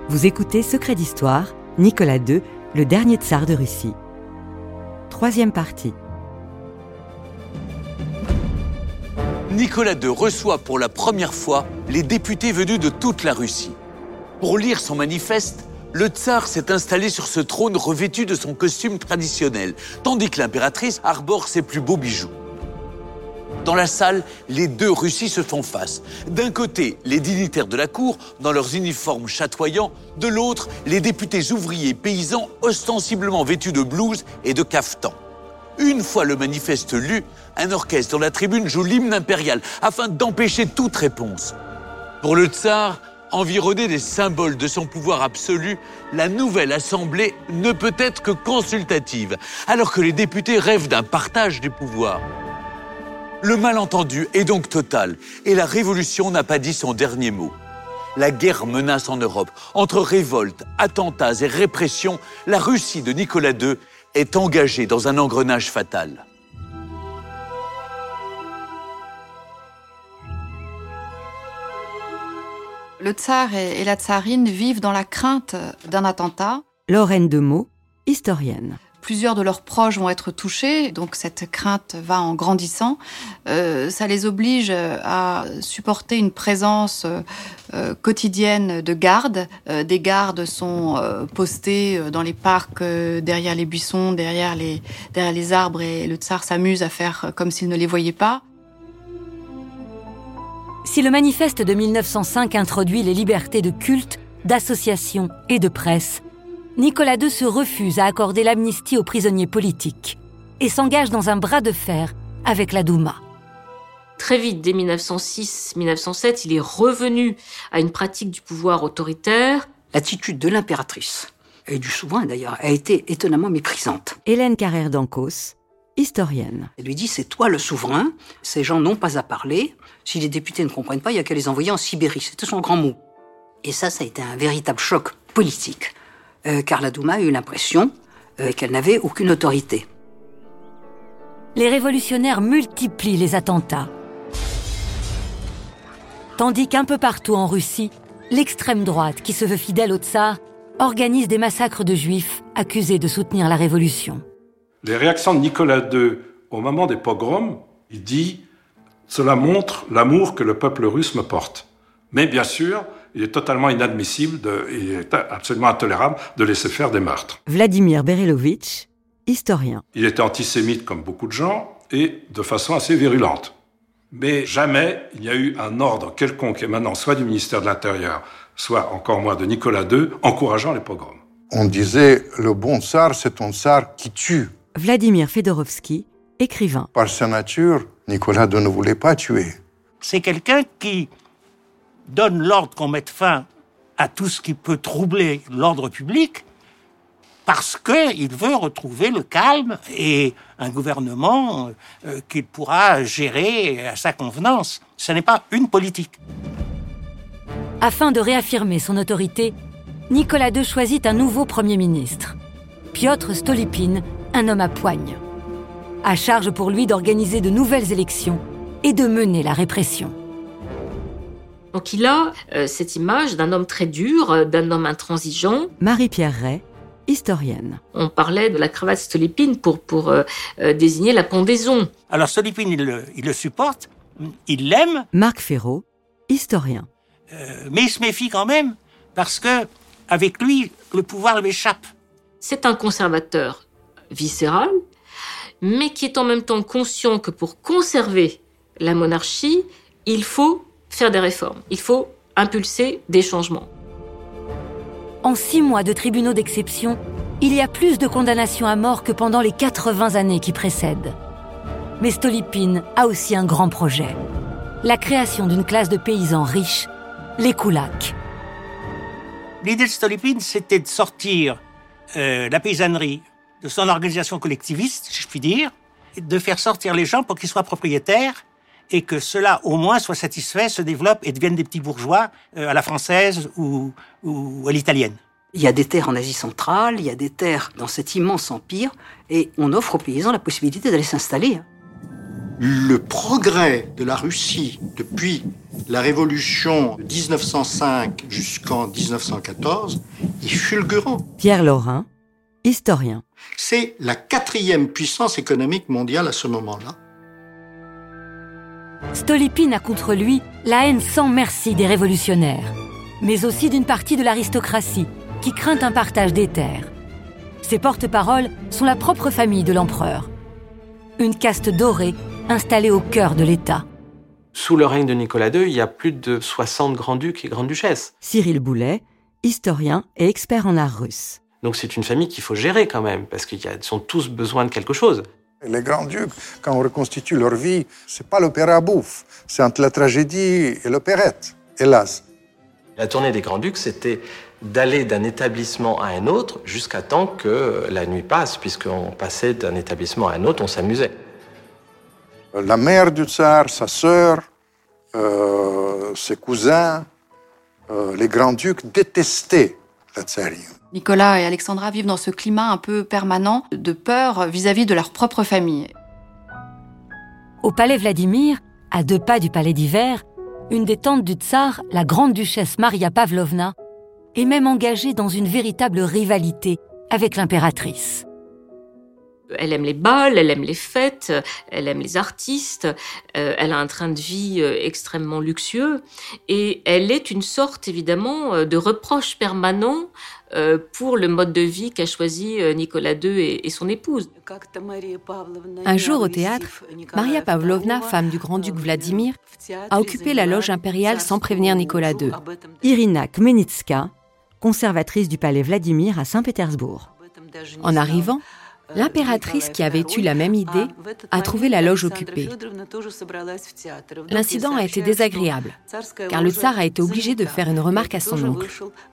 Vous écoutez Secret d'Histoire, Nicolas II, le dernier tsar de Russie. Troisième partie. Nicolas II reçoit pour la première fois les députés venus de toute la Russie. Pour lire son manifeste, le tsar s'est installé sur ce trône revêtu de son costume traditionnel, tandis que l'impératrice arbore ses plus beaux bijoux. Dans la salle, les deux Russies se font face. D'un côté, les dignitaires de la cour, dans leurs uniformes chatoyants. De l'autre, les députés ouvriers paysans ostensiblement vêtus de blouses et de caftans. Une fois le manifeste lu, un orchestre dans la tribune joue l'hymne impérial afin d'empêcher toute réponse. Pour le tsar, environné des symboles de son pouvoir absolu, la nouvelle assemblée ne peut être que consultative, alors que les députés rêvent d'un partage du pouvoir. Le malentendu est donc total, et la révolution n'a pas dit son dernier mot. La guerre menace en Europe. Entre révoltes, attentats et répressions, la Russie de Nicolas II est engagée dans un engrenage fatal. Le tsar et la tsarine vivent dans la crainte d'un attentat. Lorraine Demeaux, historienne. Plusieurs de leurs proches vont être touchés, donc cette crainte va en grandissant. Ça les oblige à supporter une présence quotidienne de gardes. Des gardes sont postés dans les parcs, derrière les buissons, derrière les arbres, et le tsar s'amuse à faire comme s'il ne les voyait pas. Si le manifeste de 1905 introduit les libertés de culte, d'association et de presse, Nicolas II se refuse à accorder l'amnistie aux prisonniers politiques et s'engage dans un bras de fer avec la Douma. Très vite, dès 1906-1907, il est revenu à une pratique du pouvoir autoritaire. L'attitude de l'impératrice, et du souverain d'ailleurs, a été étonnamment méprisante. Hélène Carrère d'Ancos, historienne. Elle lui dit, c'est toi le souverain, ces gens n'ont pas à parler, si les députés ne comprennent pas, il n'y a qu'à les envoyer en Sibérie. C'était son grand mot. Et ça a été un véritable choc politique. Car la Douma a eu l'impression qu'elle n'avait aucune autorité. Les révolutionnaires multiplient les attentats. Tandis qu'un peu partout en Russie, l'extrême droite, qui se veut fidèle au tsar, organise des massacres de juifs accusés de soutenir la révolution. Les réactions de Nicolas II au moment des pogroms, il dit « Cela montre l'amour que le peuple russe me porte ». Mais bien sûr, il est totalement inadmissible, il est absolument intolérable de laisser faire des meurtres. Vladimir Berelovitch, historien. Il était antisémite comme beaucoup de gens et de façon assez virulente. Mais jamais il n'y a eu un ordre quelconque émanant soit du ministère de l'Intérieur, soit encore moins de Nicolas II, encourageant les pogroms. On disait le bon tsar, c'est un tsar qui tue. Vladimir Fedorovski, écrivain. Par sa nature, Nicolas II ne voulait pas tuer. C'est quelqu'un qui donne l'ordre qu'on mette fin à tout ce qui peut troubler l'ordre public parce qu'il veut retrouver le calme et un gouvernement qu'il pourra gérer à sa convenance. Ce n'est pas une politique. Afin de réaffirmer son autorité, Nicolas II choisit un nouveau Premier ministre, Piotr Stolypine, un homme à poigne. À charge pour lui d'organiser de nouvelles élections et de mener la répression. Donc il a cette image d'un homme très dur, d'un homme intransigeant. Marie-Pierre Ray, historienne. On parlait de la cravate Stolypine pour désigner la pendaison. Alors Stolypine, il le supporte, il l'aime. Marc Ferraud, historien. Mais il se méfie quand même, parce que avec lui, le pouvoir lui échappe. C'est un conservateur viscéral, mais qui est en même temps conscient que pour conserver la monarchie, il faut faire des réformes. Il faut impulser des changements. En 6 mois de tribunaux d'exception, il y a plus de condamnations à mort que pendant les 80 années qui précèdent. Mais Stolypine a aussi un grand projet. La création d'une classe de paysans riches, les koulaks. L'idée de Stolypine, c'était de sortir la paysannerie de son organisation collectiviste, si je puis dire, et de faire sortir les gens pour qu'ils soient propriétaires et que ceux-là, au moins, soient satisfaits, se développent et deviennent des petits bourgeois à la française ou à l'italienne. Il y a des terres en Asie centrale, il y a des terres dans cet immense empire, et on offre aux paysans la possibilité d'aller s'installer. Le progrès de la Russie depuis la révolution de 1905 jusqu'en 1914 est fulgurant. Pierre Laurin, historien. C'est la 4e puissance économique mondiale à ce moment-là. Stolypine a contre lui la haine sans merci des révolutionnaires, mais aussi d'une partie de l'aristocratie qui craint un partage des terres. Ses porte-paroles sont la propre famille de l'empereur. Une caste dorée installée au cœur de l'État. Sous le règne de Nicolas II, il y a plus de 60 grands-ducs et grandes-duchesses. Cyril Boulet, historien et expert en art russe. Donc c'est une famille qu'il faut gérer quand même, parce qu'ils ont tous besoin de quelque chose. Les grands-ducs, quand on reconstitue leur vie, c'est pas l'opéra bouffe, c'est entre la tragédie et l'opérette, hélas. La tournée des grands-ducs, c'était d'aller d'un établissement à un autre jusqu'à temps que la nuit passe, puisqu'on passait d'un établissement à un autre, on s'amusait. La mère du tsar, sa sœur, ses cousins, les grands-ducs détestaient la tsarine. Nicolas et Alexandra vivent dans ce climat un peu permanent de peur vis-à-vis de leur propre famille. Au palais Vladimir, à 2 pas du palais d'hiver, une des tantes du tsar, la grande-duchesse Maria Pavlovna, est même engagée dans une véritable rivalité avec l'impératrice. Elle aime les balles, elle aime les fêtes, elle aime les artistes, elle a un train de vie extrêmement luxueux et elle est une sorte évidemment de reproche permanent pour le mode de vie qu'a choisi Nicolas II et son épouse. Un jour au théâtre, Maria Pavlovna, femme du grand-duc Vladimir, a occupé la loge impériale sans prévenir Nicolas II. Irina Khmelnytska, conservatrice du palais Vladimir à Saint-Pétersbourg. En arrivant, l'impératrice, qui avait eu la même idée, a trouvé la loge occupée. L'incident a été désagréable, car le tsar a été obligé de faire une remarque à son oncle.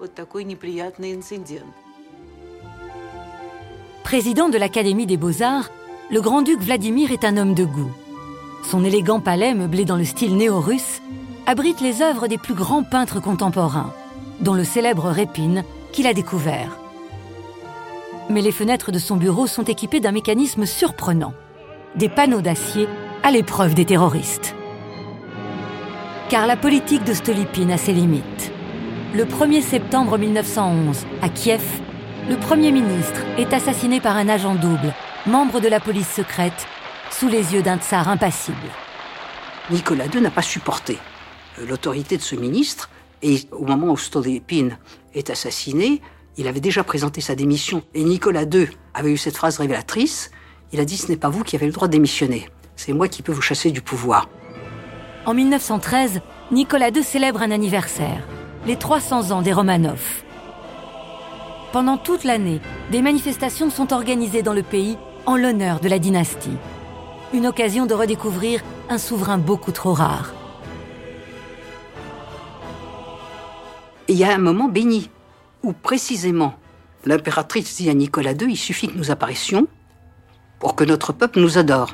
Président de l'Académie des Beaux-Arts, le grand-duc Vladimir est un homme de goût. Son élégant palais, meublé dans le style néo-russe, abrite les œuvres des plus grands peintres contemporains, dont le célèbre Répine, qu'il a découvert. Mais les fenêtres de son bureau sont équipées d'un mécanisme surprenant. Des panneaux d'acier à l'épreuve des terroristes. Car la politique de Stolypine a ses limites. Le 1er septembre 1911, à Kiev, le Premier ministre est assassiné par un agent double, membre de la police secrète, sous les yeux d'un tsar impassible. Nicolas II n'a pas supporté l'autorité de ce ministre, et au moment où Stolypine est assassiné, il avait déjà présenté sa démission. Et Nicolas II avait eu cette phrase révélatrice. Il a dit « Ce n'est pas vous qui avez le droit de démissionner. C'est moi qui peux vous chasser du pouvoir. » En 1913, Nicolas II célèbre un anniversaire, les 300 ans des Romanov. Pendant toute l'année, des manifestations sont organisées dans le pays en l'honneur de la dynastie. Une occasion de redécouvrir un souverain beaucoup trop rare. Et il y a un moment béni, où précisément l'impératrice dit à Nicolas II, il suffit que nous apparaissions pour que notre peuple nous adore.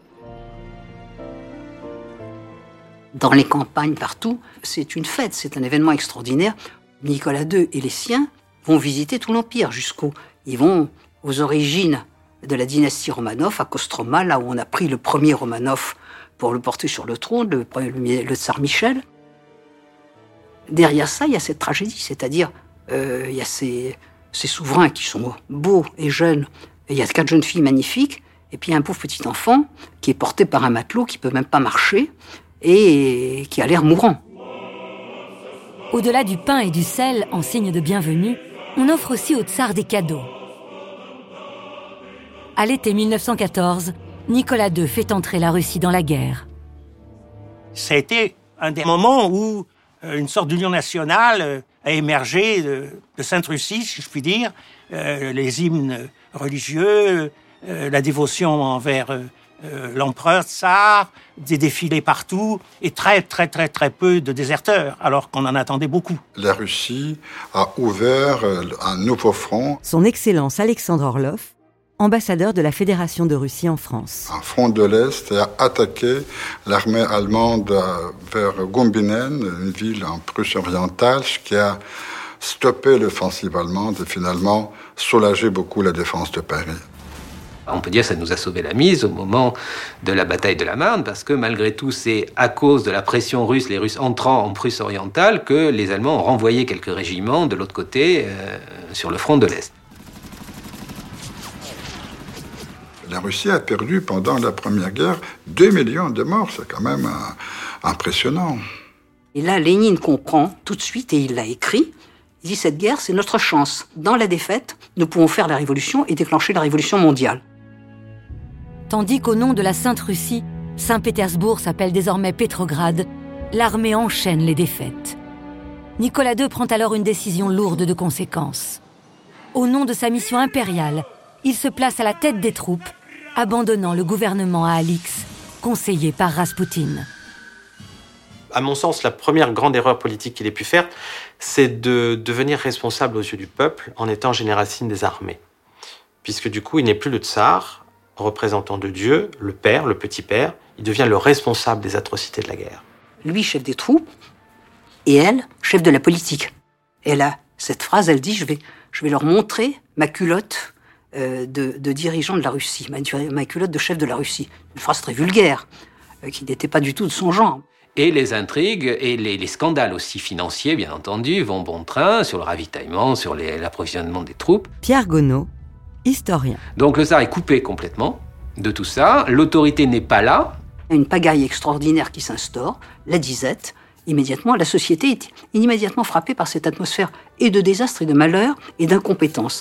Dans les campagnes, partout, c'est une fête, c'est un événement extraordinaire. Nicolas II et les siens vont visiter tout l'Empire ils vont aux origines de la dynastie Romanov, à Kostroma, là où on a pris le premier Romanov pour le porter sur le trône, le tsar Michel. Derrière ça, il y a cette tragédie, c'est-à-dire il y a ces souverains qui sont beaux et jeunes. Et il y a 4 jeunes filles magnifiques. Et puis il y a un pauvre petit enfant qui est porté par un matelot qui ne peut même pas marcher et qui a l'air mourant. Au-delà du pain et du sel, en signe de bienvenue, on offre aussi au tsar des cadeaux. À l'été 1914, Nicolas II fait entrer la Russie dans la guerre. Ça a été un des moments où une sorte d'union nationale a émergé de Sainte-Russie, si je puis dire. Les hymnes religieux, la dévotion envers l'empereur tsar, des défilés partout, et très peu de déserteurs, alors qu'on en attendait beaucoup. La Russie a ouvert un nouveau front. Son Excellence Alexandre Orlov, ambassadeur de la Fédération de Russie en France. Un front de l'Est a attaqué l'armée allemande vers Gumbinen, une ville en Prusse orientale, ce qui a stoppé l'offensive allemande et finalement soulagé beaucoup la défense de Paris. On peut dire que ça nous a sauvé la mise au moment de la bataille de la Marne, parce que malgré tout, c'est à cause de la pression russe, les Russes entrant en Prusse orientale, que les Allemands ont renvoyé quelques régiments de l'autre côté, sur le front de l'Est. La Russie a perdu pendant la Première Guerre 2 millions de morts, c'est quand même impressionnant. Et là, Lénine comprend tout de suite, et il l'a écrit, il dit cette guerre, c'est notre chance. Dans la défaite, nous pouvons faire la révolution et déclencher la révolution mondiale. Tandis qu'au nom de la Sainte Russie, Saint-Pétersbourg s'appelle désormais Pétrograd, l'armée enchaîne les défaites. Nicolas II prend alors une décision lourde de conséquences. Au nom de sa mission impériale, il se place à la tête des troupes, abandonnant le gouvernement à Alix, conseillé par Raspoutine. À mon sens, la première grande erreur politique qu'il ait pu faire, c'est de devenir responsable aux yeux du peuple en étant généralissime des armées. Puisque du coup, il n'est plus le tsar, représentant de Dieu, le père, le petit père, il devient le responsable des atrocités de la guerre. Lui, chef des troupes, et elle, chef de la politique. Elle a cette phrase, elle dit, je vais leur montrer ma culotte de dirigeant de la Russie, ma culotte de chef de la Russie. Une phrase très vulgaire, qui n'était pas du tout de son genre. Et les intrigues et les scandales aussi financiers, bien entendu, vont bon train sur le ravitaillement, sur l'approvisionnement des troupes. Pierre Gonod, historien. Donc le tsar est coupé complètement de tout ça. L'autorité n'est pas là. Une pagaille extraordinaire qui s'instaure, la disette. Immédiatement, la société est immédiatement frappée par cette atmosphère et de désastre et de malheur et d'incompétence.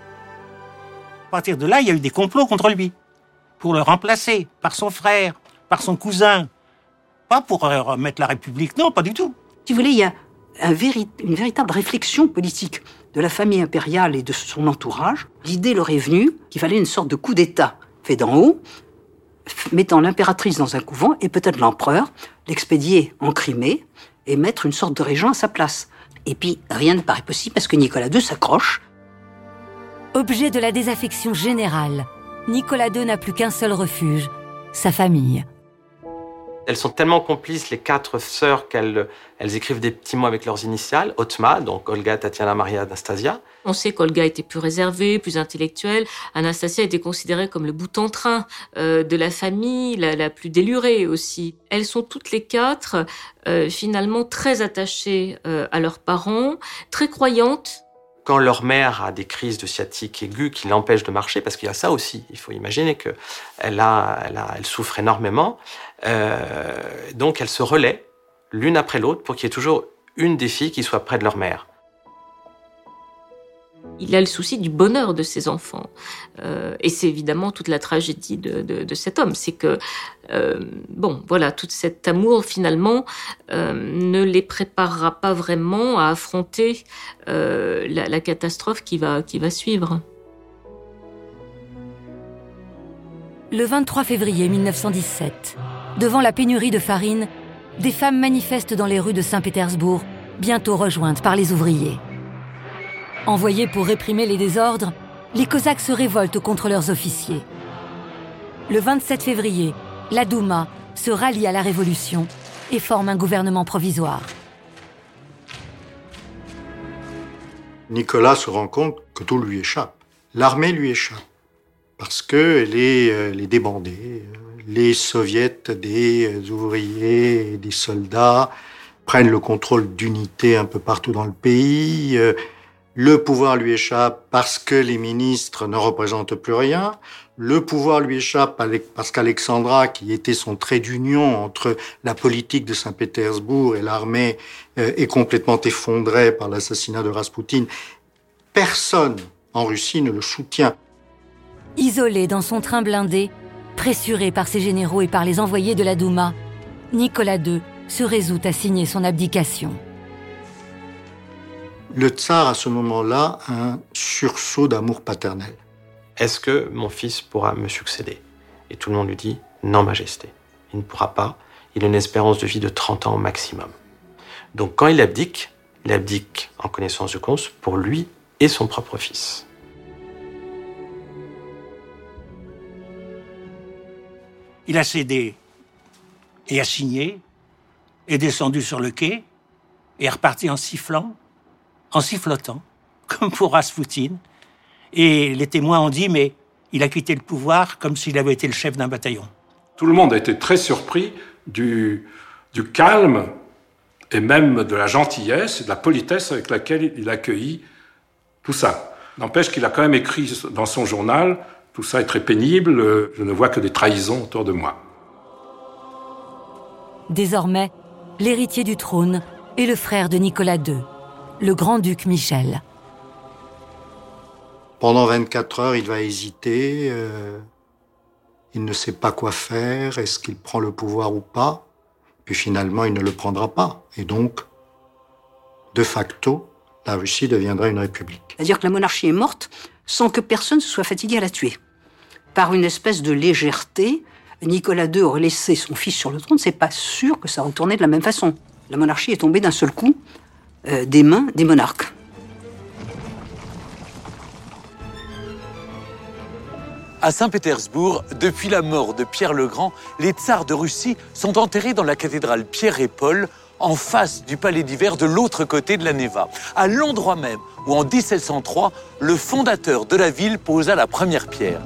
À partir de là, il y a eu des complots contre lui, pour le remplacer par son frère, par son cousin. Pas pour remettre la République, non, pas du tout. Si vous voulez, il y a une véritable réflexion politique de la famille impériale et de son entourage. L'idée leur est venue qu'il fallait une sorte de coup d'État fait d'en haut, mettant l'impératrice dans un couvent et peut-être l'empereur, l'expédier en Crimée et mettre une sorte de régent à sa place. Et puis, rien ne paraît possible parce que Nicolas II s'accroche. Objet de la désaffection générale, Nicolas II n'a plus qu'un seul refuge, sa famille. Elles sont tellement complices, les 4 sœurs, qu'elles écrivent des petits mots avec leurs initiales. Otma, donc Olga, Tatiana, Maria, Anastasia. On sait qu'Olga était plus réservée, plus intellectuelle. Anastasia était considérée comme le bout en train de la famille, la plus délurée aussi. Elles sont toutes les 4 finalement très attachées à leurs parents, très croyantes. Quand leur mère a des crises de sciatique aiguë qui l'empêchent de marcher, parce qu'il y a ça aussi, il faut imaginer qu'elle souffre énormément, donc elles se relaient l'une après l'autre pour qu'il y ait toujours une des filles qui soit près de leur mère. Il a le souci du bonheur de ses enfants. Et c'est évidemment toute la tragédie de cet homme. C'est que, tout cet amour, finalement, ne les préparera pas vraiment à affronter la catastrophe qui va suivre. Le 23 février 1917, devant la pénurie de farine, des femmes manifestent dans les rues de Saint-Pétersbourg, bientôt rejointes par les ouvriers. Envoyés pour réprimer les désordres, les Cosaques se révoltent contre leurs officiers. Le 27 février, la Douma se rallie à la révolution et forme un gouvernement provisoire. Nicolas se rend compte que tout lui échappe. L'armée lui échappe parce qu'elle est débandée. Les soviets des ouvriers et des soldats prennent le contrôle d'unités un peu partout dans le pays. Le pouvoir lui échappe parce que les ministres ne représentent plus rien. Le pouvoir lui échappe parce qu'Alexandra, qui était son trait d'union entre la politique de Saint-Pétersbourg et l'armée, est complètement effondrée par l'assassinat de Raspoutine. Personne en Russie ne le soutient. Isolé dans son train blindé, pressuré par ses généraux et par les envoyés de la Douma, Nicolas II se résout à signer son abdication. Le tsar, à ce moment-là, a un sursaut d'amour paternel. Est-ce que mon fils pourra me succéder ? Et tout le monde lui dit « Non, Majesté, il ne pourra pas. Il a une espérance de vie de 30 ans au maximum. » Donc quand il abdique en connaissance de cause pour lui et son propre fils. Il a cédé et a signé, est descendu sur le quai et est reparti en sifflant, en sifflotant, comme pour Raspoutine. Et les témoins ont dit, mais il a quitté le pouvoir comme s'il avait été le chef d'un bataillon. Tout le monde a été très surpris du calme et même de la gentillesse et de la politesse avec laquelle il accueillit tout ça. N'empêche qu'il a quand même écrit dans son journal « Tout ça est très pénible, je ne vois que des trahisons autour de moi ». Désormais, l'héritier du trône est le frère de Nicolas II, le grand-duc Michel. Pendant 24 heures, il va hésiter. Il ne sait pas quoi faire. Est-ce qu'il prend le pouvoir ou pas? Puis finalement, il ne le prendra pas. Et donc, de facto, la Russie deviendra une république. C'est-à-dire que la monarchie est morte sans que personne se soit fatigué à la tuer. Par une espèce de légèreté, Nicolas II aurait laissé son fils sur le trône, c'est pas sûr que ça retournait de la même façon. La monarchie est tombée d'un seul coup des mains des monarques. À Saint-Pétersbourg, depuis la mort de Pierre le Grand, les tsars de Russie sont enterrés dans la cathédrale Pierre et Paul, en face du palais d'hiver de l'autre côté de la Neva, à l'endroit même où en 1703, le fondateur de la ville posa la première pierre.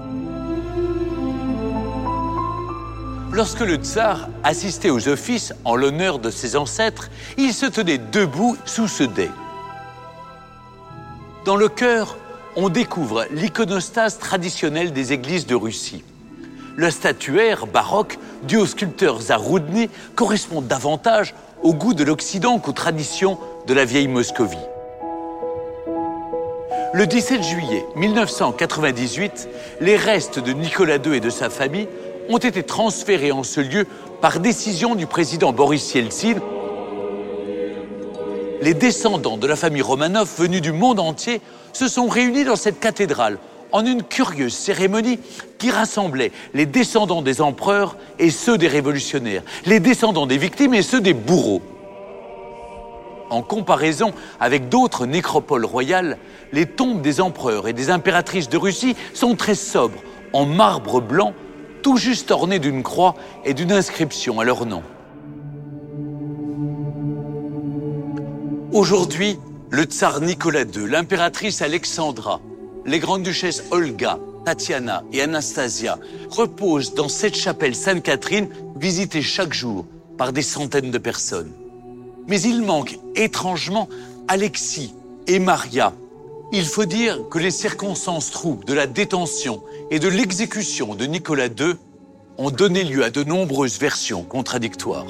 Lorsque le tsar assistait aux offices en l'honneur de ses ancêtres, il se tenait debout sous ce dais. Dans le chœur, on découvre l'iconostase traditionnelle des églises de Russie. Le statuaire baroque dû au sculpteur Zaroudny correspond davantage au goût de l'Occident qu'aux traditions de la vieille Moscovie. Le 17 juillet 1998, les restes de Nicolas II et de sa famille ont été transférés en ce lieu par décision du président Boris Yeltsin. Les descendants de la famille Romanov venus du monde entier se sont réunis dans cette cathédrale en une curieuse cérémonie qui rassemblait les descendants des empereurs et ceux des révolutionnaires, les descendants des victimes et ceux des bourreaux. En comparaison avec d'autres nécropoles royales, les tombes des empereurs et des impératrices de Russie sont très sobres, en marbre blanc, tout juste ornées d'une croix et d'une inscription à leur nom. Aujourd'hui, le tsar Nicolas II, l'impératrice Alexandra, les grandes duchesses Olga, Tatiana et Anastasia reposent dans cette chapelle Sainte-Catherine, visitée chaque jour par des centaines de personnes. Mais il manque étrangement Alexis et Maria. Il faut dire que les circonstances troubles de la détention et de l'exécution de Nicolas II ont donné lieu à de nombreuses versions contradictoires.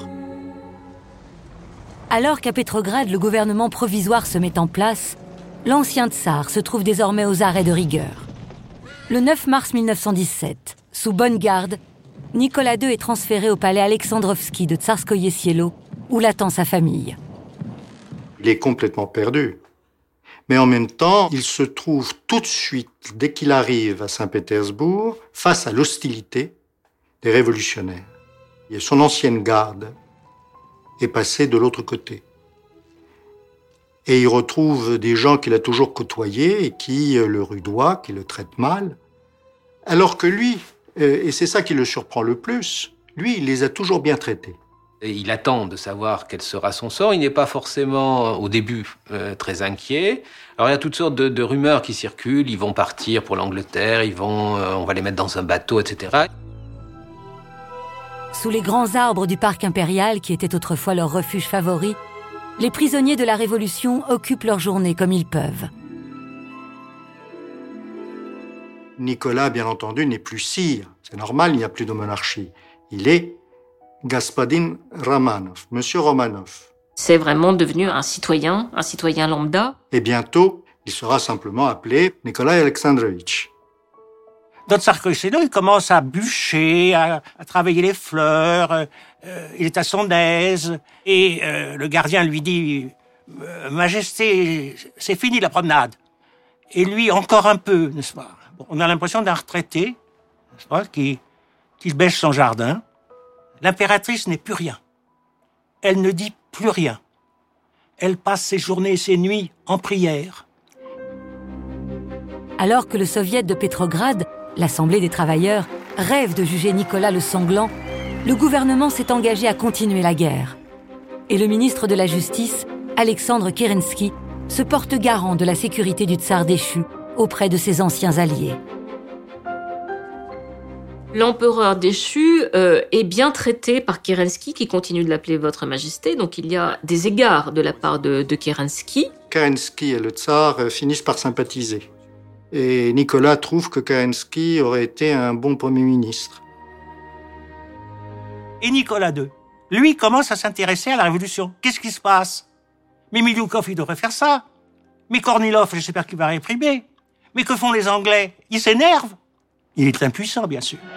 Alors qu'à Pétrograd, le gouvernement provisoire se met en place, l'ancien tsar se trouve désormais aux arrêts de rigueur. Le 9 mars 1917, sous bonne garde, Nicolas II est transféré au palais Alexandrovski de Tsarskoye Sielo, où l'attend sa famille. Il est complètement perdu. Mais en même temps, il se trouve tout de suite, dès qu'il arrive à Saint-Pétersbourg, face à l'hostilité des révolutionnaires. Et son ancienne garde est passée de l'autre côté. Et il retrouve des gens qu'il a toujours côtoyés et qui le rudoient, qui le traitent mal. Alors que lui, et c'est ça qui le surprend le plus, lui, il les a toujours bien traités. Et il attend de savoir quel sera son sort. Il n'est pas forcément, au début, très inquiet. Alors, il y a toutes sortes de rumeurs qui circulent. Ils vont partir pour l'Angleterre, on va les mettre dans un bateau, etc. Sous les grands arbres du parc impérial, qui était autrefois leur refuge favori, les prisonniers de la Révolution occupent leur journée comme ils peuvent. Nicolas, bien entendu, n'est plus sire. C'est normal, il n'y a plus de monarchie. Il est Gaspadin Romanov, Monsieur Romanov. C'est vraiment devenu un citoyen lambda. Et bientôt, il sera simplement appelé Nikolai Alexandrovitch. Dans Tsarskoye Sielo, il commence à bûcher, à travailler les fleurs, il est à son aise, et le gardien lui dit « Majesté, c'est fini la promenade ». Et lui, encore un peu, n'est-ce pas? Bon, on a l'impression d'un retraité, n'est-ce pas, qui bêche son jardin. L'impératrice n'est plus rien. Elle ne dit plus rien. Elle passe ses journées et ses nuits en prière. Alors que le soviet de Pétrograd, l'Assemblée des travailleurs, rêve de juger Nicolas le Sanglant, le gouvernement s'est engagé à continuer la guerre. Et le ministre de la Justice, Alexandre Kerensky, se porte garant de la sécurité du tsar déchu auprès de ses anciens alliés. L'empereur déchu est bien traité par Kerensky, qui continue de l'appeler Votre Majesté. Donc il y a des égards de la part de Kerensky. Kerensky et le tsar finissent par sympathiser. Et Nicolas trouve que Kerensky aurait été un bon Premier ministre. Et Nicolas II, lui, commence à s'intéresser à la Révolution. Qu'est-ce qui se passe? Mais Milioukov, il devrait faire ça. Mais Kornilov, j'espère qu'il va réprimer. Mais que font les Anglais? Ils s'énervent. Il est impuissant, bien sûr.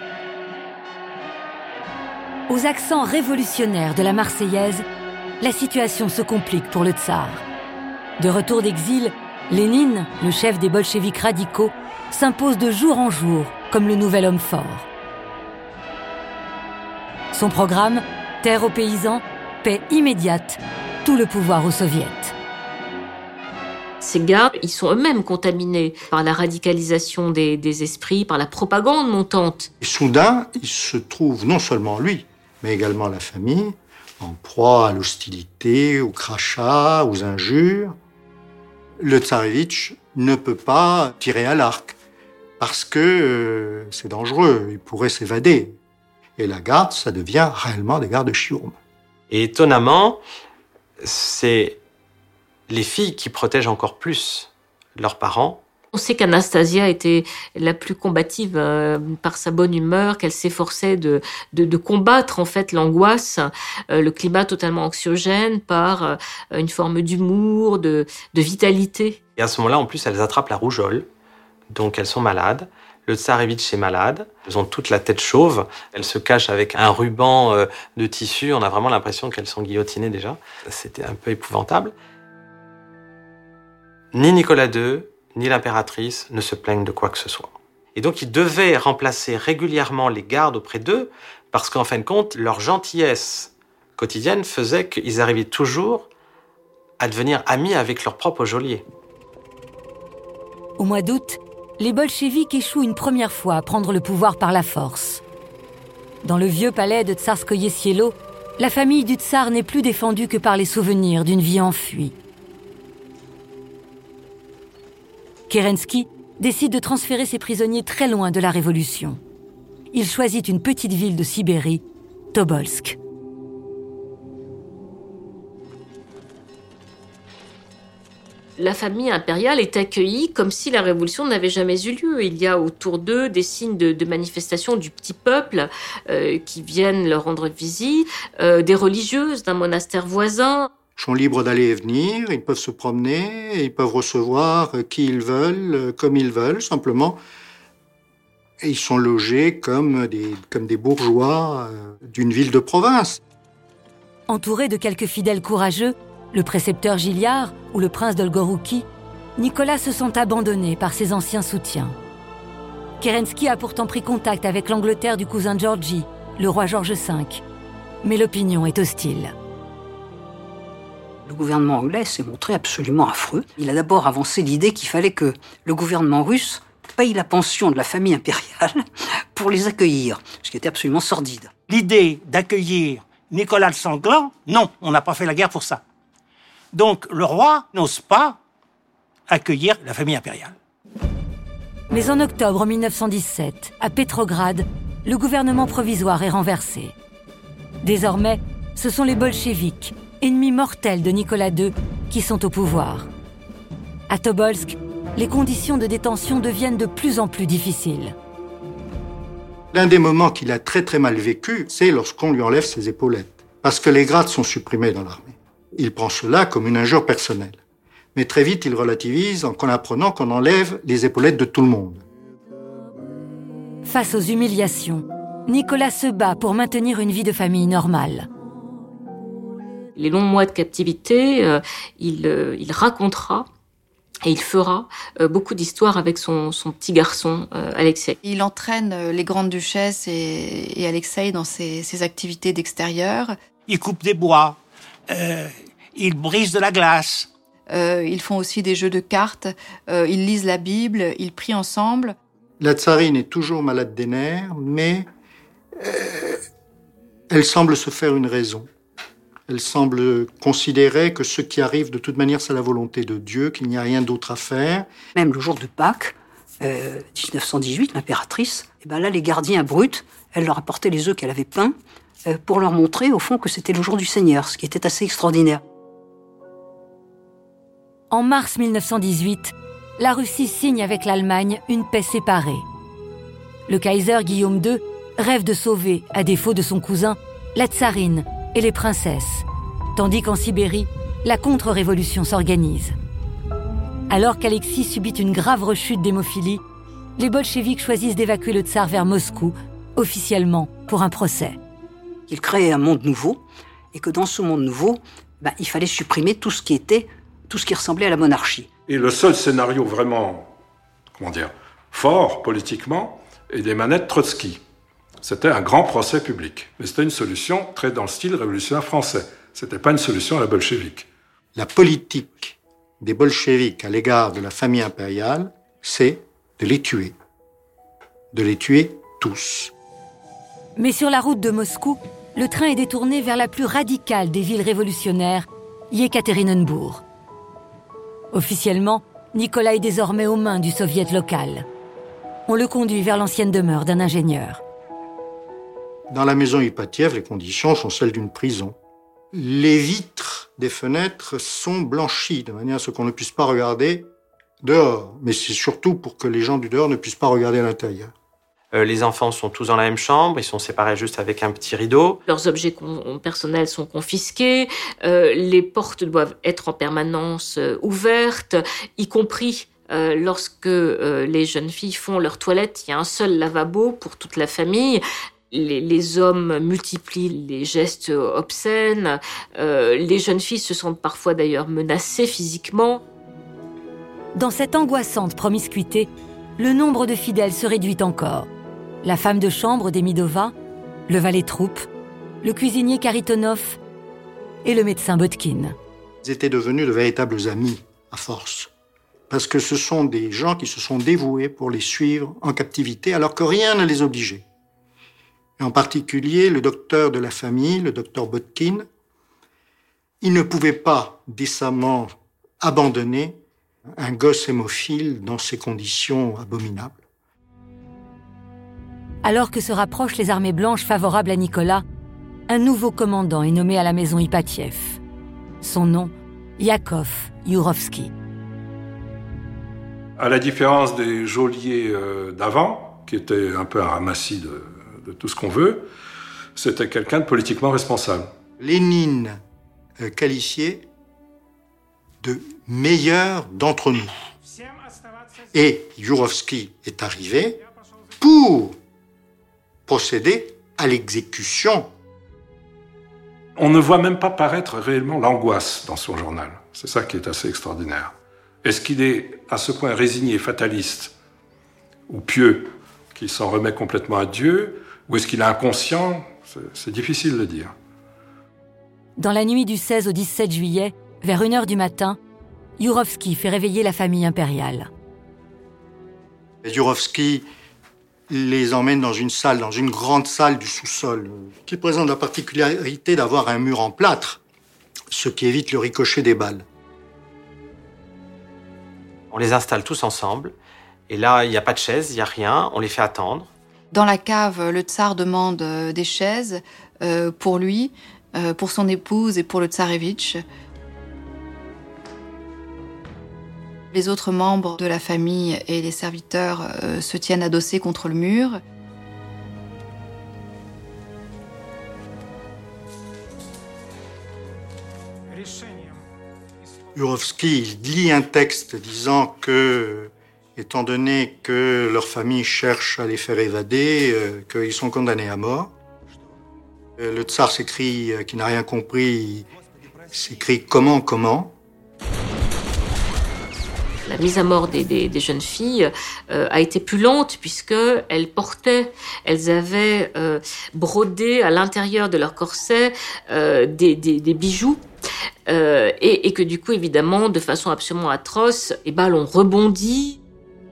Aux accents révolutionnaires de la Marseillaise, la situation se complique pour le tsar. De retour d'exil, Lénine, le chef des bolcheviks radicaux, s'impose de jour en jour comme le nouvel homme fort. Son programme, terre aux paysans, paix immédiate, tout le pouvoir aux soviets. Ces gardes, ils sont eux-mêmes contaminés par la radicalisation des esprits, par la propagande montante. Et soudain, il se trouve non seulement lui, mais également la famille, en proie à l'hostilité, au crachat, aux injures. Le tsarévitch ne peut pas tirer à l'arc, parce que c'est dangereux, il pourrait s'évader. Et la garde, ça devient réellement des gardes chiourmes. Et étonnamment, c'est les filles qui protègent encore plus leurs parents. On sait qu'Anastasia était la plus combative par sa bonne humeur, qu'elle s'efforçait de combattre en fait l'angoisse, le climat totalement anxiogène par une forme d'humour, de vitalité. Et à ce moment-là, en plus, elles attrapent la rougeole, donc elles sont malades. Le tsarévitch est malade, elles ont toute la tête chauve, elles se cachent avec un ruban de tissu, on a vraiment l'impression qu'elles sont guillotinées déjà. C'était un peu épouvantable. Ni Nicolas II, ni l'impératrice ne se plaignent de quoi que ce soit. Et donc ils devaient remplacer régulièrement les gardes auprès d'eux, parce qu'en fin de compte, leur gentillesse quotidienne faisait qu'ils arrivaient toujours à devenir amis avec leur propre geôlier. Au mois d'août, les bolcheviks échouent une première fois à prendre le pouvoir par la force. Dans le vieux palais de Tsarskoye Sielo, la famille du tsar n'est plus défendue que par les souvenirs d'une vie enfuie. Kerensky décide de transférer ses prisonniers très loin de la Révolution. Il choisit une petite ville de Sibérie, Tobolsk. La famille impériale est accueillie comme si la révolution n'avait jamais eu lieu. Il y a autour d'eux des signes de manifestation du petit peuple qui viennent leur rendre visite, des religieuses d'un monastère voisin. Ils sont libres d'aller et venir, ils peuvent se promener, ils peuvent recevoir qui ils veulent, comme ils veulent, simplement. Et ils sont logés comme des bourgeois d'une ville de province. Entouré de quelques fidèles courageux, le précepteur Gilliard ou le prince Dolgorouki, Nicolas se sent abandonné par ses anciens soutiens. Kerensky a pourtant pris contact avec l'Angleterre du cousin Georgie, le roi George V. Mais l'opinion est hostile. Le gouvernement anglais s'est montré absolument affreux. Il a d'abord avancé l'idée qu'il fallait que le gouvernement russe paye la pension de la famille impériale pour les accueillir, ce qui était absolument sordide. L'idée d'accueillir Nicolas le Sanglant, non, on n'a pas fait la guerre pour ça. Donc le roi n'ose pas accueillir la famille impériale. Mais en octobre 1917, à Petrograd, le gouvernement provisoire est renversé. Désormais, ce sont les bolcheviks, ennemis mortels de Nicolas II, qui sont au pouvoir. À Tobolsk, les conditions de détention deviennent de plus en plus difficiles. L'un des moments qu'il a très très mal vécu, c'est lorsqu'on lui enlève ses épaulettes. Parce que les grades sont supprimés dans l'armée. Il prend cela comme une injure personnelle. Mais très vite, il relativise en apprenant qu'on enlève les épaulettes de tout le monde. Face aux humiliations, Nicolas se bat pour maintenir une vie de famille normale. Les longs mois de captivité, il racontera et il fera beaucoup d'histoires avec son petit garçon, Alexei. Il entraîne les grandes duchesses et Alexei dans ses activités d'extérieur. Il coupe des bois, il brise de la glace. Ils font aussi des jeux de cartes, ils lisent la Bible, ils prient ensemble. La tsarine est toujours malade des nerfs, mais elle semble se faire une raison. Elle semble considérer que ce qui arrive, de toute manière, c'est la volonté de Dieu, qu'il n'y a rien d'autre à faire. Même le jour de Pâques, 1918, l'impératrice, et ben là, les gardiens bruts, elle leur apportait les œufs qu'elle avait peints pour leur montrer, au fond, que c'était le jour du Seigneur, ce qui était assez extraordinaire. En mars 1918, la Russie signe avec l'Allemagne une paix séparée. Le Kaiser Guillaume II rêve de sauver, à défaut de son cousin, la tsarine et les princesses, tandis qu'en Sibérie, la contre-révolution s'organise. Alors qu'Alexis subit une grave rechute d'hémophilie, les bolcheviks choisissent d'évacuer le tsar vers Moscou, officiellement pour un procès. Il créait un monde nouveau, et que dans ce monde nouveau, il fallait supprimer tout ce qui ressemblait à la monarchie. Et le seul scénario vraiment, fort politiquement, est des manettes Trotsky. C'était un grand procès public. Mais c'était une solution très dans le style révolutionnaire français. C'était pas une solution à la bolchevique. La politique des bolcheviks à l'égard de la famille impériale, c'est de les tuer. De les tuer tous. Mais sur la route de Moscou, le train est détourné vers la plus radicale des villes révolutionnaires, Yekaterinbourg. Officiellement, Nicolas est désormais aux mains du soviet local. On le conduit vers l'ancienne demeure d'un ingénieur. Dans la maison Ipatiev, les conditions sont celles d'une prison. Les vitres des fenêtres sont blanchies, de manière à ce qu'on ne puisse pas regarder dehors. Mais c'est surtout pour que les gens du dehors ne puissent pas regarder à l'intérieur. Les enfants sont tous dans la même chambre, ils sont séparés juste avec un petit rideau. Leurs objets personnels sont confisqués, les portes doivent être en permanence ouvertes, y compris lorsque les jeunes filles font leur toilette, il y a un seul lavabo pour toute la famille. Les hommes multiplient les gestes obscènes, les jeunes filles se sentent parfois d'ailleurs menacées physiquement. Dans cette angoissante promiscuité, le nombre de fidèles se réduit encore. La femme de chambre Demidova, le valet troupe, le cuisinier Karitonov et le médecin Botkin. Ils étaient devenus de véritables amis, à force. Parce que ce sont des gens qui se sont dévoués pour les suivre en captivité, alors que rien ne les obligeait. Et en particulier, le docteur de la famille, le docteur Botkin, il ne pouvait pas décemment abandonner un gosse hémophile dans ces conditions abominables. Alors que se rapprochent les armées blanches favorables à Nicolas, un nouveau commandant est nommé à la maison Ipatiev. Son nom, Yakov Yurovsky. À la différence des geôliers d'avant, qui étaient un peu un ramassis de tout ce qu'on veut, c'était quelqu'un de politiquement responsable. Lénine qualifié de meilleur d'entre nous. Et Yurovsky est arrivé pour procéder à l'exécution. On ne voit même pas paraître réellement l'angoisse dans son journal. C'est ça qui est assez extraordinaire. Est-ce qu'il est à ce point résigné, fataliste ou pieux, qu'il s'en remet complètement à Dieu, ou est-ce qu'il est inconscient? C'est difficile de dire. Dans la nuit du 16 au 17 juillet, vers 1h du matin, Yurovsky fait réveiller la famille impériale. Yurovsky les emmène dans une salle, dans une grande salle du sous-sol, qui présente la particularité d'avoir un mur en plâtre, ce qui évite le ricochet des balles. On les installe tous ensemble, et là, il n'y a pas de chaises, il n'y a rien, on les fait attendre. Dans la cave, le tsar demande des chaises pour lui, pour son épouse et pour le tsarévitch. Les autres membres de la famille et les serviteurs se tiennent adossés contre le mur. Yurovsky lit un texte disant que, étant donné que leur famille cherche à les faire évader, qu'ils sont condamnés à mort. Le tsar s'écrie, qui n'a rien compris, s'écrit « Comment ?» La mise à mort des jeunes filles a été plus lente puisqu'elles avaient brodé à l'intérieur de leur corset des bijoux et que du coup, évidemment, de façon absolument atroce, les balles ont rebondi.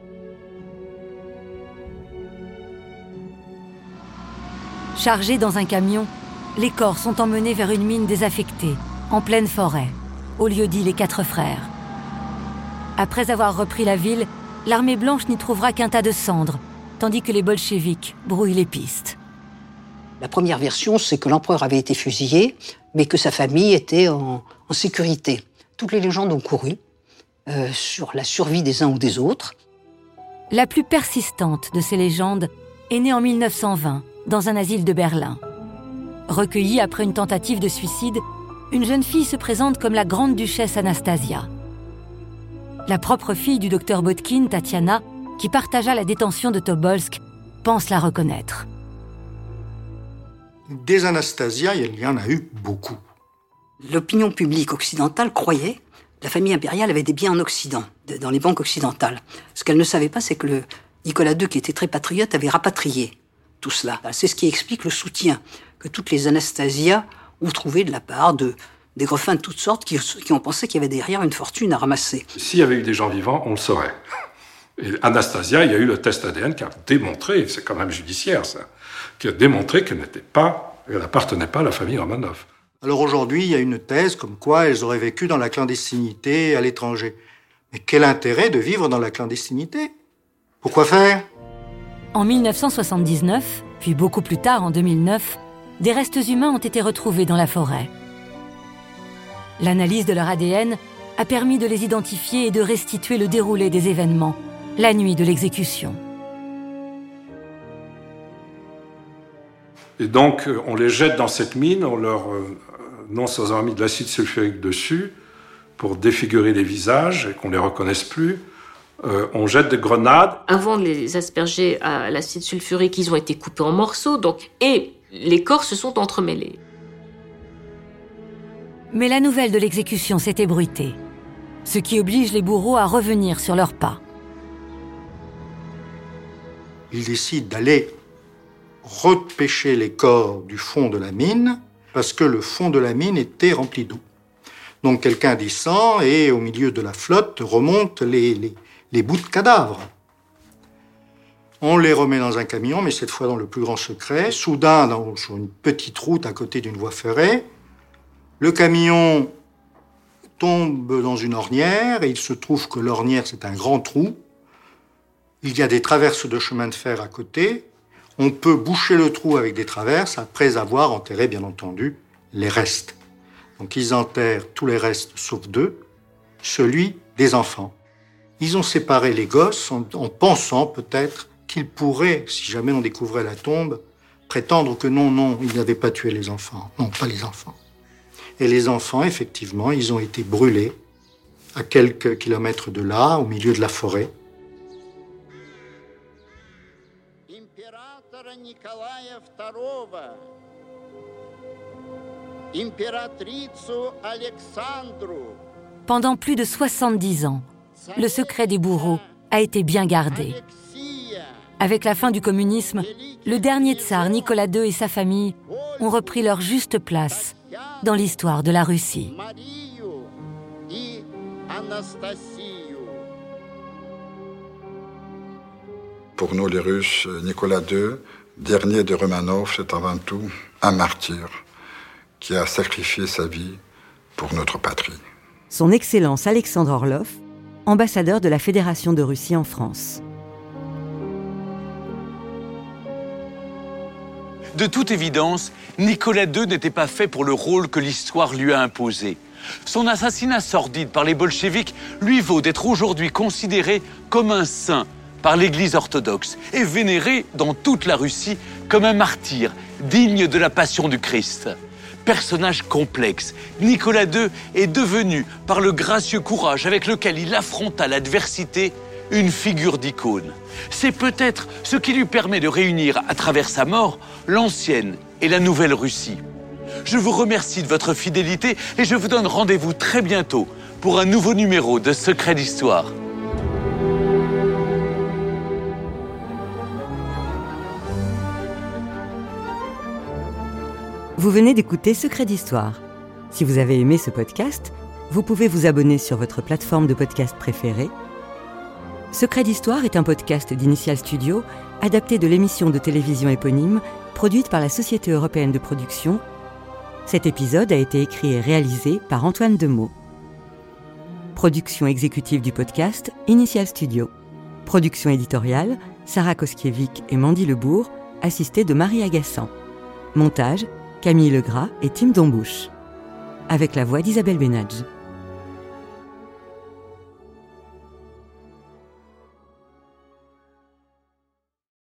Chargés dans un camion, les corps sont emmenés vers une mine désaffectée, en pleine forêt, au lieu-dit les 4 frères. Après avoir repris la ville, l'armée blanche n'y trouvera qu'un tas de cendres, tandis que les bolcheviks brouillent les pistes. La première version, c'est que l'empereur avait été fusillé, mais que sa famille était en sécurité. Toutes les légendes ont couru sur la survie des uns ou des autres. La plus persistante de ces légendes est née en 1920, dans un asile de Berlin. Recueillie après une tentative de suicide, une jeune fille se présente comme la grande duchesse Anastasia. La propre fille du docteur Botkin, Tatiana, qui partagea la détention de Tobolsk, pense la reconnaître. Des Anastasia, il y en a eu beaucoup. L'opinion publique occidentale croyait que la famille impériale avait des biens en Occident, dans les banques occidentales. Ce qu'elle ne savait pas, c'est que le Nicolas II, qui était très patriote, avait rapatrié tout cela. C'est ce qui explique le soutien que toutes les Anastasia ont trouvé de la part des griffins de toutes sortes qui ont pensé qu'il y avait derrière une fortune à ramasser. S'il y avait eu des gens vivants, on le saurait. Et Anastasia, il y a eu le test ADN qui a démontré, c'est quand même judiciaire ça, qui a démontré qu'elle n'appartenait pas à la famille Romanov. Alors aujourd'hui, il y a une thèse comme quoi elles auraient vécu dans la clandestinité à l'étranger. Mais quel intérêt de vivre dans la clandestinité ? Pourquoi faire ? En 1979, puis beaucoup plus tard en 2009, des restes humains ont été retrouvés dans la forêt. L'analyse de leur ADN a permis de les identifier et de restituer le déroulé des événements, la nuit de l'exécution. Et donc, on les jette dans cette mine, on leur non sans avoir mis de l'acide sulfurique dessus, pour défigurer les visages et qu'on ne les reconnaisse plus. On jette des grenades. Avant de les asperger à l'acide sulfurique, ils ont été coupés en morceaux, et les corps se sont entremêlés. Mais la nouvelle de l'exécution s'est ébruitée, ce qui oblige les bourreaux à revenir sur leurs pas. Ils décident d'aller repêcher les corps du fond de la mine, parce que le fond de la mine était rempli d'eau. Donc quelqu'un descend et au milieu de la flotte remonte les bouts de cadavres. On les remet dans un camion, mais cette fois dans le plus grand secret. Soudain, sur une petite route à côté d'une voie ferrée, le camion tombe dans une ornière et il se trouve que l'ornière, c'est un grand trou. Il y a des traverses de chemin de fer à côté. On peut boucher le trou avec des traverses après avoir enterré, bien entendu, les restes. Donc ils enterrent tous les restes sauf deux, celui des enfants. Ils ont séparé les gosses en pensant peut-être qu'ils pourraient, si jamais on découvrait la tombe, prétendre que non, ils n'avaient pas tué les enfants. Non, pas les enfants. Et les enfants, effectivement, ils ont été brûlés à quelques kilomètres de là, au milieu de la forêt. Pendant plus de 70 ans, le secret des bourreaux a été bien gardé. Avec la fin du communisme, le dernier tsar Nicolas II et sa famille ont repris leur juste place dans l'histoire de la Russie. Pour nous les Russes, Nicolas II, dernier de Romanov, c'est avant tout un martyr qui a sacrifié sa vie pour notre patrie. Son Excellence Alexandre Orlov, ambassadeur de la Fédération de Russie en France. De toute évidence, Nicolas II n'était pas fait pour le rôle que l'histoire lui a imposé. Son assassinat sordide par les bolcheviks lui vaut d'être aujourd'hui considéré comme un saint par l'Église orthodoxe et vénéré dans toute la Russie comme un martyr digne de la passion du Christ. Personnage complexe, Nicolas II est devenu, par le gracieux courage avec lequel il affronta l'adversité, une figure d'icône. C'est peut-être ce qui lui permet de réunir, à travers sa mort, l'ancienne et la nouvelle Russie. Je vous remercie de votre fidélité et je vous donne rendez-vous très bientôt pour un nouveau numéro de Secrets d'Histoire. Vous venez d'écouter Secrets d'Histoire. Si vous avez aimé ce podcast, vous pouvez vous abonner sur votre plateforme de podcast préférée. Secrets d'Histoire est un podcast d'Initial Studio, adapté de l'émission de télévision éponyme, produite par la Société européenne de production. Cet épisode a été écrit et réalisé par Antoine Demeaux. Production exécutive du podcast, Initial Studio. Production éditoriale, Sarah Koskiewicz et Mandy Lebourg, assistée de Marie Agassan. Montage, Camille Legras et Tim Dombouche. Avec la voix d'Isabelle Benadj.